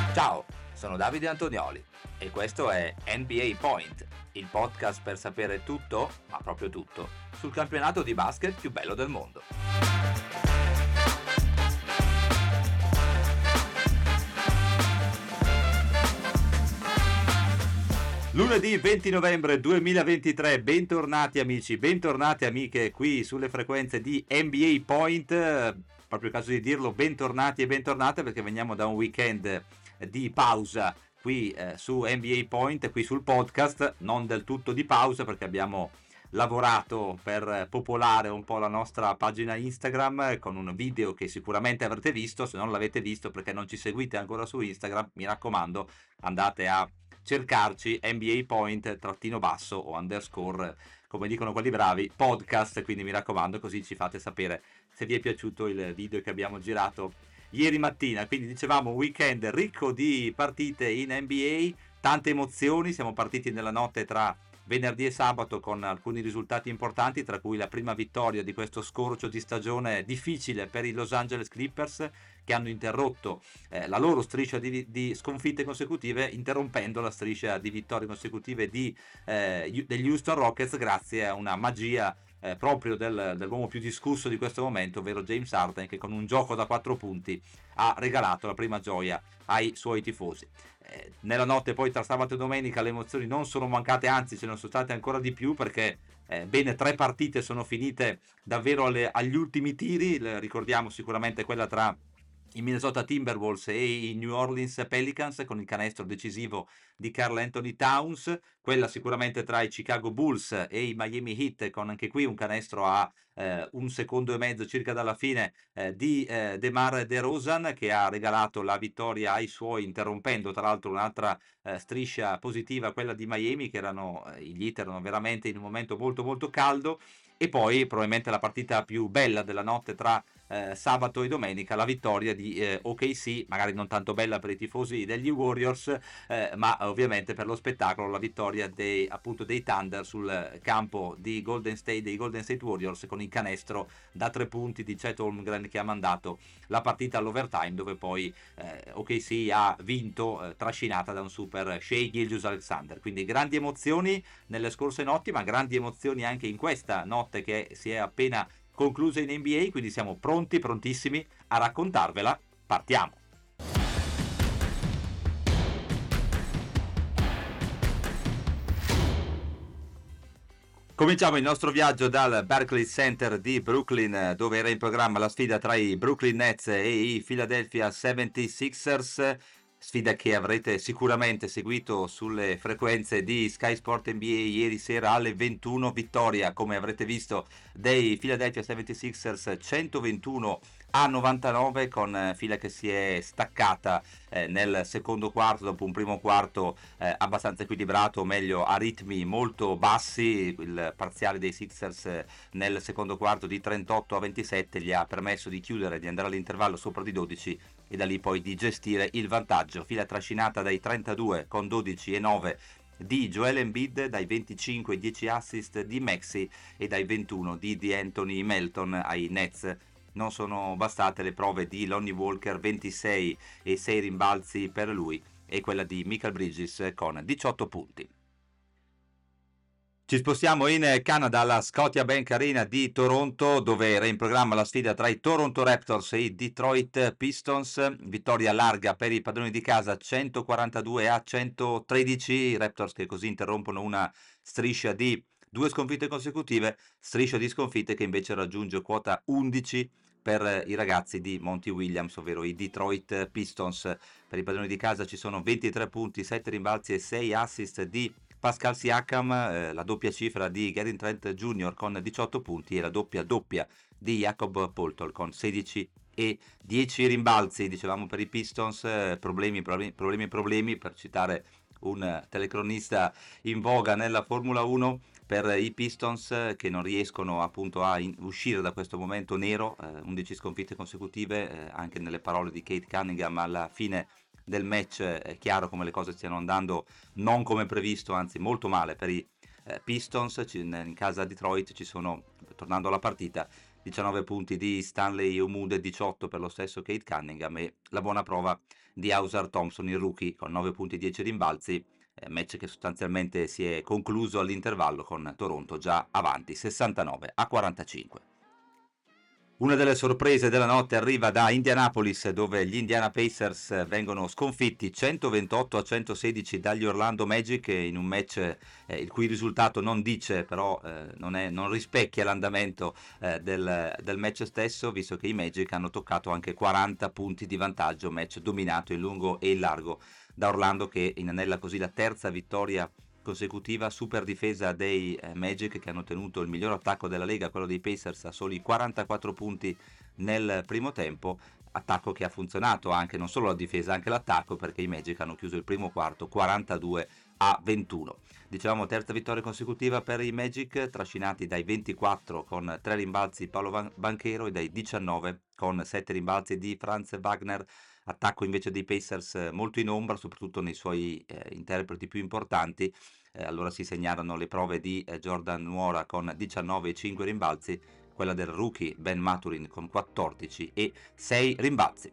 Ciao, sono Davide Antonioli e questo è NBA Point, il podcast per sapere tutto, ma proprio tutto, sul campionato di basket più bello del mondo. Lunedì 20 novembre 2023, bentornati amici, bentornate amiche qui sulle frequenze di NBA Point, proprio il caso di dirlo, bentornati e bentornate perché veniamo da un weekend di pausa qui su NBA Point, qui sul podcast, non del tutto di pausa perché abbiamo lavorato per popolare un po' la nostra pagina Instagram con un video che sicuramente avrete visto. Se non l'avete visto perché non ci seguite ancora su Instagram, mi raccomando, andate a cercarci NBA Point _basso o underscore, come dicono quelli bravi, podcast, quindi mi raccomando, così ci fate sapere se vi è piaciuto il video che abbiamo girato ieri mattina. Quindi dicevamo un weekend ricco di partite in NBA, tante emozioni, siamo partiti nella notte tra venerdì e sabato con alcuni risultati importanti, tra cui la prima vittoria di questo scorcio di stagione difficile per i Los Angeles Clippers, che hanno interrotto la loro striscia di sconfitte consecutive, interrompendo la striscia di vittorie consecutive degli Houston Rockets grazie a una magia proprio dell'uomo più discusso di questo momento, ovvero James Harden, che con un gioco da 4 punti ha regalato la prima gioia ai suoi tifosi. Nella notte poi tra sabato e domenica le emozioni non sono mancate, anzi ce ne sono state ancora di più, perché bene 3 partite sono finite davvero agli ultimi tiri. Ricordiamo sicuramente quella tra i Minnesota Timberwolves e i New Orleans Pelicans con il canestro decisivo di Karl Anthony Towns, quella sicuramente tra i Chicago Bulls e i Miami Heat con anche qui un canestro a 1 secondo e mezzo circa dalla fine di DeMar DeRozan, che ha regalato la vittoria ai suoi, interrompendo tra l'altro un'altra striscia positiva, quella di Miami, che gli Heat erano veramente in un momento molto molto caldo. E poi probabilmente la partita più bella della notte tra sabato e domenica, la vittoria di OKC, magari non tanto bella per i tifosi degli Warriors, ma ovviamente per lo spettacolo la vittoria dei Thunder sul campo dei Golden State Warriors, con il canestro da 3 punti di Chet Holmgren, che ha mandato la partita all'overtime, dove poi OKC ha vinto trascinata da un super Shai Gilgeous-Alexander. Quindi grandi emozioni nelle scorse notti, ma grandi emozioni anche in questa notte che si è appena conclusa in NBA, quindi siamo prontissimi a raccontarvela. Partiamo! Cominciamo il nostro viaggio dal Barclays Center di Brooklyn, dove era in programma la sfida tra i Brooklyn Nets e i Philadelphia 76ers, sfida che avrete sicuramente seguito sulle frequenze di Sky Sport NBA ieri sera alle 21. Vittoria, come avrete visto, dei Philadelphia 76ers 121-99, con fila che si è staccata nel secondo quarto dopo un primo quarto abbastanza equilibrato, o meglio a ritmi molto bassi. Il parziale dei Sixers nel secondo quarto di 38-27 gli ha permesso di chiudere, di andare all'intervallo sopra di 12 e da lì poi di gestire il vantaggio. Fila trascinata dai 32 con 12 e 9 di Joel Embiid, dai 25 10 assist di Maxey e dai 21 di D'Anthony Melton ai Nets. Non sono bastate le prove di Lonnie Walker, 26 e 6 rimbalzi per lui, e quella di Mikal Bridges con 18 punti. Ci spostiamo in Canada, alla Scotiabank Arena di Toronto, dove era in programma la sfida tra i Toronto Raptors e i Detroit Pistons. Vittoria larga per i padroni di casa, 142-113. I Raptors che così interrompono una striscia di 2 sconfitte consecutive, striscia di sconfitte che invece raggiunge quota 11 per i ragazzi di Monty Williams, ovvero i Detroit Pistons. Per i padroni di casa ci sono 23 punti, 7 rimbalzi e 6 assist di Pascal Siakam, la doppia cifra di Gary Trent Jr. con 18 punti e la doppia di Jakob Poeltl con 16 e 10 rimbalzi. Dicevamo per i Pistons problemi, per citare un telecronista in voga nella Formula 1, per i Pistons che non riescono appunto a uscire da questo momento nero, 11 sconfitte consecutive, anche nelle parole di Kate Cunningham alla fine del match. È chiaro come le cose stiano andando non come previsto, anzi molto male per i Pistons. In casa Detroit ci sono, tornando alla partita, 19 punti di Stanley Omude, 18 per lo stesso Kate Cunningham e la buona prova di Ausar Thompson, il rookie, con 9 punti e 10 rimbalzi, match che sostanzialmente si è concluso all'intervallo con Toronto già avanti 69-45. Una delle sorprese della notte arriva da Indianapolis, dove gli Indiana Pacers vengono sconfitti 128-116 dagli Orlando Magic in un match il cui risultato non dice, però non rispecchia l'andamento del match stesso, visto che i Magic hanno toccato anche 40 punti di vantaggio, match dominato in lungo e in largo da Orlando, che inanella così la terza vittoria consecutiva, super difesa dei Magic, che hanno tenuto il miglior attacco della Lega, quello dei Pacers, a soli 44 punti nel primo tempo, attacco che ha funzionato anche non solo la difesa, anche l'attacco, perché i Magic hanno chiuso il primo quarto 42-21. Dicevamo terza vittoria consecutiva per i Magic, trascinati dai 24 con 3 rimbalzi Paolo Banchero e dai 19 con 7 rimbalzi di Franz Wagner. Attacco invece dei Pacers molto in ombra, soprattutto nei suoi interpreti più importanti. Allora si segnalano le prove di Jordan Nwora con 19 e 5 rimbalzi, quella del rookie Ben Maturin con 14 e 6 rimbalzi.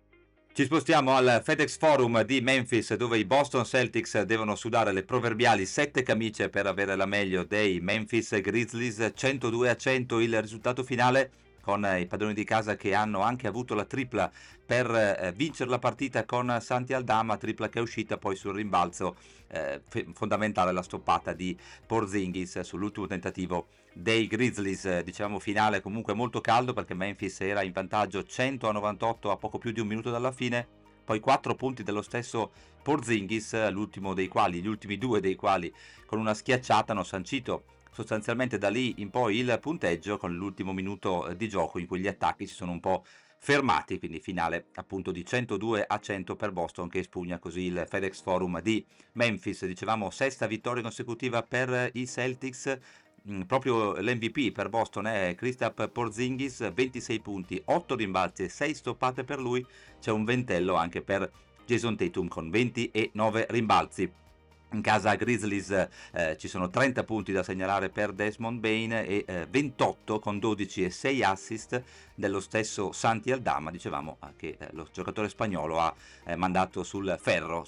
Ci spostiamo al FedEx Forum di Memphis, dove i Boston Celtics devono sudare le proverbiali 7 camicie per avere la meglio dei Memphis Grizzlies. 102-100 il risultato finale, con i padroni di casa che hanno anche avuto la tripla per vincere la partita con Santi Aldama, tripla che è uscita poi sul rimbalzo, fondamentale la stoppata di Porzingis sull'ultimo tentativo dei Grizzlies. Diciamo finale comunque molto caldo, perché Memphis era in vantaggio 100-98 a poco più di un minuto dalla fine, poi 4 punti dello stesso Porzingis, gli ultimi due dei quali con una schiacciata hanno sancito sostanzialmente da lì in poi il punteggio, con l'ultimo minuto di gioco in cui gli attacchi si sono un po' fermati, quindi finale appunto di 102-100 per Boston, che espugna così il FedEx Forum di Memphis. Dicevamo sesta vittoria consecutiva per i Celtics. Proprio l'MVP per Boston è Kristaps Porzingis, 26 punti, 8 rimbalzi e 6 stoppate per lui. C'è un ventello anche per Jason Tatum con 20 e 9 rimbalzi. In casa Grizzlies ci sono 30 punti da segnalare per Desmond Bane e 28 con 12 e 6 assist dello stesso Santi Aldama. Dicevamo che lo giocatore spagnolo ha mandato sul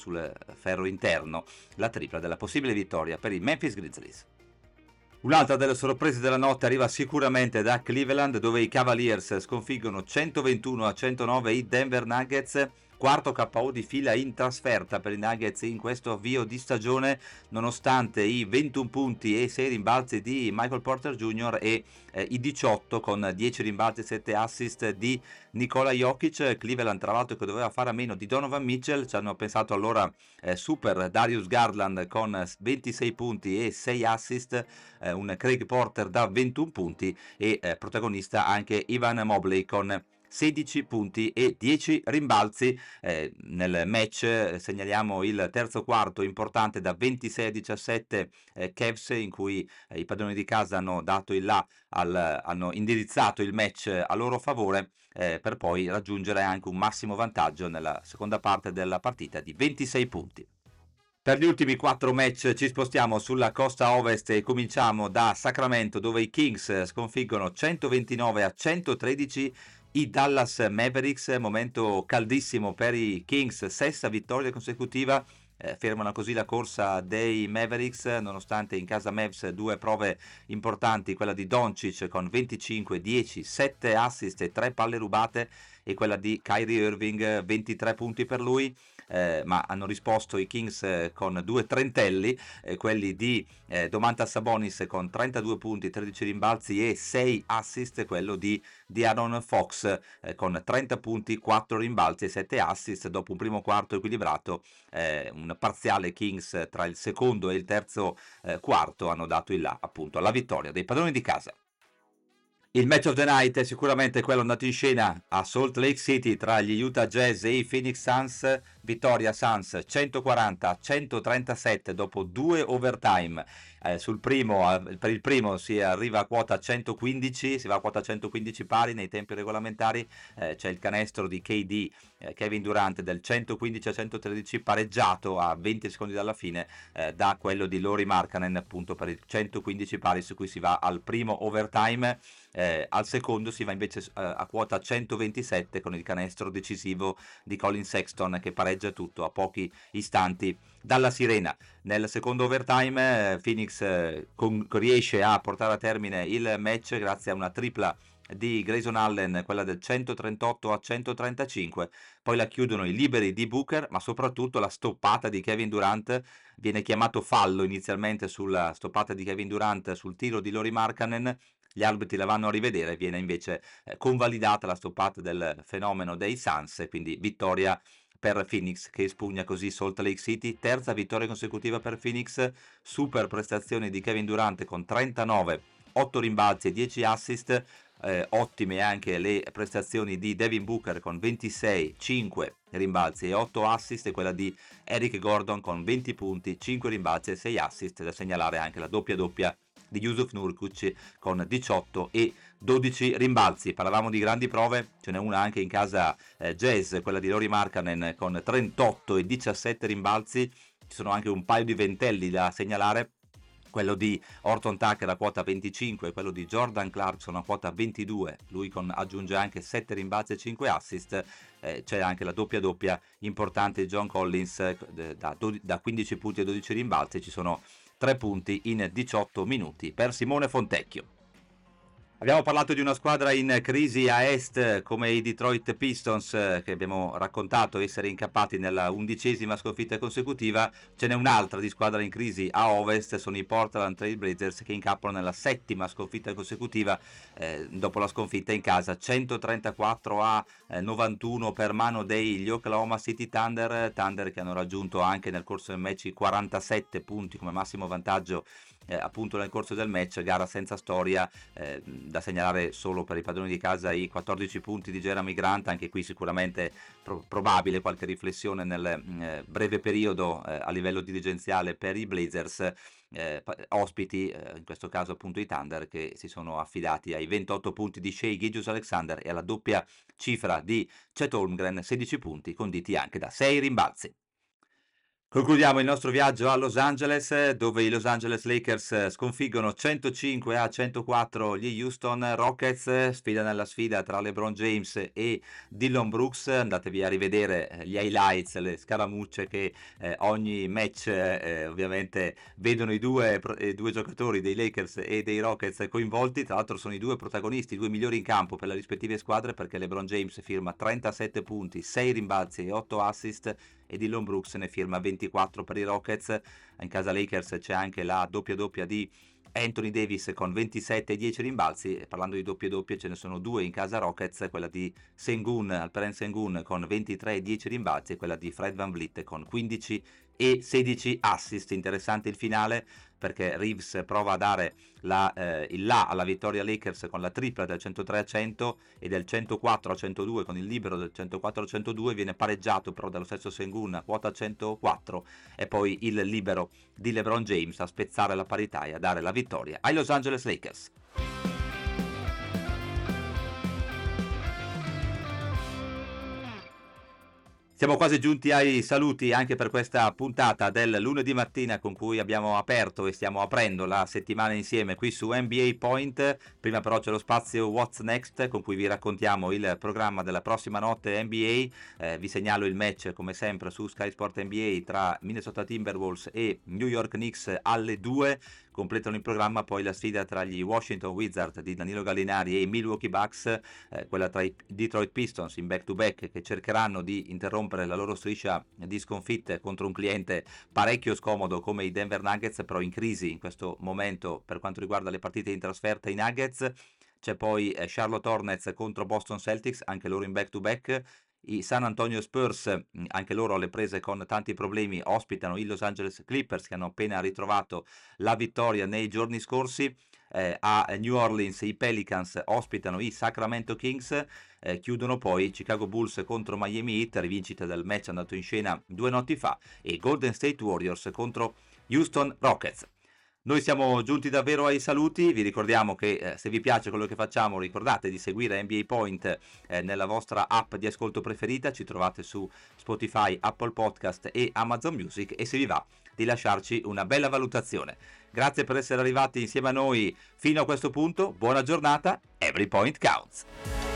ferro interno, la tripla della possibile vittoria per i Memphis Grizzlies. Un'altra delle sorprese della notte arriva sicuramente da Cleveland, dove i Cavaliers sconfiggono 121-109 i Denver Nuggets. Quarto KO di fila in trasferta per i Nuggets in questo avvio di stagione, nonostante i 21 punti e 6 rimbalzi di Michael Porter Jr. e i 18 con 10 rimbalzi e 7 assist di Nikola Jokic. Cleveland, tra l'altro, che doveva fare a meno di Donovan Mitchell, ci hanno pensato allora super Darius Garland con 26 punti e 6 assist, un Craig Porter da 21 punti e protagonista anche Evan Mobley con 16 punti e 10 rimbalzi. Nel match segnaliamo il terzo quarto importante da 26-17 Cavs, in cui i padroni di casa hanno dato il là, hanno indirizzato il match a loro favore, per poi raggiungere anche un massimo vantaggio nella seconda parte della partita di 26 punti. Per gli ultimi 4 match ci spostiamo sulla costa ovest e cominciamo da Sacramento, dove i Kings sconfiggono 129-113 i Dallas Mavericks. Momento caldissimo per i Kings, sesta vittoria consecutiva, fermano così la corsa dei Mavericks, nonostante in casa Mavs due prove importanti, quella di Doncic con 25, 10, 7 assist e 3 palle rubate, e quella di Kyrie Irving, 23 punti per lui. Ma hanno risposto i Kings con due trentelli, quelli di Domantas Sabonis con 32 punti, 13 rimbalzi e 6 assist, quello di Aaron Fox con 30 punti, 4 rimbalzi e 7 assist, dopo un primo quarto equilibrato. Un parziale Kings tra il secondo e il terzo quarto hanno dato il là appunto alla vittoria dei padroni di casa. Il match of the night è sicuramente quello andato in scena a Salt Lake City tra gli Utah Jazz e i Phoenix Suns. Vittoria Suns 140-137 dopo 2 overtime. Per il primo si arriva a quota 115, si va a quota 115 pari nei tempi regolamentari. C'è il canestro di KD, Kevin Durant, del 115-113, pareggiato a 20 secondi dalla fine da quello di Lauri Markkanen, appunto per il 115 pari, su cui si va al primo overtime. al secondo si va invece a quota 127 con il canestro decisivo di Colin Sexton che pareggia tutto a pochi istanti dalla sirena. Nel secondo overtime Phoenix riesce a portare a termine il match grazie a una tripla di Grayson Allen, quella del 138-135, poi la chiudono i liberi di Booker, ma soprattutto la stoppata di Kevin Durant. Viene chiamato fallo inizialmente sulla stoppata di Kevin Durant sul tiro di Lauri Markkanen, gli arbitri la vanno a rivedere, viene invece convalidata la stoppata del fenomeno dei Suns, quindi vittoria per Phoenix che espugna così Salt Lake City, terza vittoria consecutiva per Phoenix, super prestazioni di Kevin Durant con 39, 8 rimbalzi e 10 assist, ottime anche le prestazioni di Devin Booker con 26, 5 rimbalzi e 8 assist, e quella di Eric Gordon con 20 punti, 5 rimbalzi e 6 assist, da segnalare anche la doppia di Yusuf Nurkic con 18 e 12 rimbalzi. Parlavamo di grandi prove, ce n'è una anche in casa Jazz, quella di Lauri Markkanen con 38 e 17 rimbalzi. Ci sono anche un paio di ventelli da segnalare, quello di Horton Tucker a quota 25, quello di Jordan Clarkson a quota 22, lui aggiunge anche 7 rimbalzi e 5 assist. C'è anche la doppia importante di John Collins da 15 punti e 12 rimbalzi, ci sono 3 punti in 18 minuti per Simone Fontecchio. Abbiamo parlato di una squadra in crisi a est come i Detroit Pistons, che abbiamo raccontato essere incappati nella 11ª sconfitta consecutiva. Ce n'è un'altra di squadra in crisi a ovest, sono i Portland Trail Blazers che incappano nella 7ª sconfitta consecutiva dopo la sconfitta in casa 134 a 91 per mano degli Oklahoma City Thunder che hanno raggiunto anche nel corso del match i 47 punti come massimo vantaggio appunto nel corso del match, gara senza storia, da segnalare solo per i padroni di casa i 14 punti di Jeremy Grant, anche qui sicuramente probabile qualche riflessione nel breve periodo a livello dirigenziale per i Blazers, ospiti in questo caso appunto i Thunder, che si sono affidati ai 28 punti di Shai Gilgeous-Alexander e alla doppia cifra di Chet Holmgren, 16 punti conditi anche da 6 rimbalzi. Concludiamo il nostro viaggio a Los Angeles, dove i Los Angeles Lakers sconfiggono 105 a 104 gli Houston Rockets, sfida nella sfida tra LeBron James e Dillon Brooks. Andatevi a rivedere gli highlights, le scaramucce che ogni match ovviamente vedono i due giocatori dei Lakers e dei Rockets coinvolti. Tra l'altro sono i due protagonisti, i due migliori in campo per le rispettive squadre, perché LeBron James firma 37 punti, 6 rimbalzi e 8 assist, e Dillon Brooks ne firma 24 per i Rockets. In casa Lakers c'è anche la doppia di Anthony Davis con 27 e 10 rimbalzi, e parlando di doppie ce ne sono due in casa Rockets, quella di Alperen Sengun con 23 e 10 rimbalzi e quella di Fred VanVleet con 15 e 16 assist. Interessante il finale, perché Reeves prova a dare il là alla vittoria Lakers con la tripla del 103-100 e del 104-102 con il libero del 104-102, viene pareggiato però dallo stesso Sengun a quota 104, e poi il libero di LeBron James a spezzare la parità e a dare la vittoria ai Los Angeles Lakers. Siamo quasi giunti ai saluti anche per questa puntata del lunedì mattina, con cui abbiamo aperto e stiamo aprendo la settimana insieme qui su NBA Point. Prima però c'è lo spazio What's Next, con cui vi raccontiamo il programma della prossima notte NBA. Vi segnalo il match come sempre su Sky Sport NBA tra Minnesota Timberwolves e New York Knicks alle 2. Completano il programma poi la sfida tra gli Washington Wizards di Danilo Gallinari e i Milwaukee Bucks, quella tra i Detroit Pistons in back-to-back, che cercheranno di interrompere la loro striscia di sconfitte contro un cliente parecchio scomodo come i Denver Nuggets, però in crisi in questo momento per quanto riguarda le partite in trasferta i Nuggets. C'è poi Charlotte Hornets contro Boston Celtics, anche loro in back-to-back. I San Antonio Spurs, anche loro alle prese con tanti problemi, ospitano i Los Angeles Clippers, che hanno appena ritrovato la vittoria nei giorni scorsi. A New Orleans i Pelicans ospitano i Sacramento Kings. Chiudono poi i Chicago Bulls contro Miami Heat, rivincita del match andato in scena 2 notti fa, e Golden State Warriors contro Houston Rockets. Noi siamo giunti davvero ai saluti, vi ricordiamo che se vi piace quello che facciamo ricordate di seguire NBA Point nella vostra app di ascolto preferita, ci trovate su Spotify, Apple Podcast e Amazon Music, e se vi va di lasciarci una bella valutazione. Grazie per essere arrivati insieme a noi fino a questo punto, buona giornata, every point counts.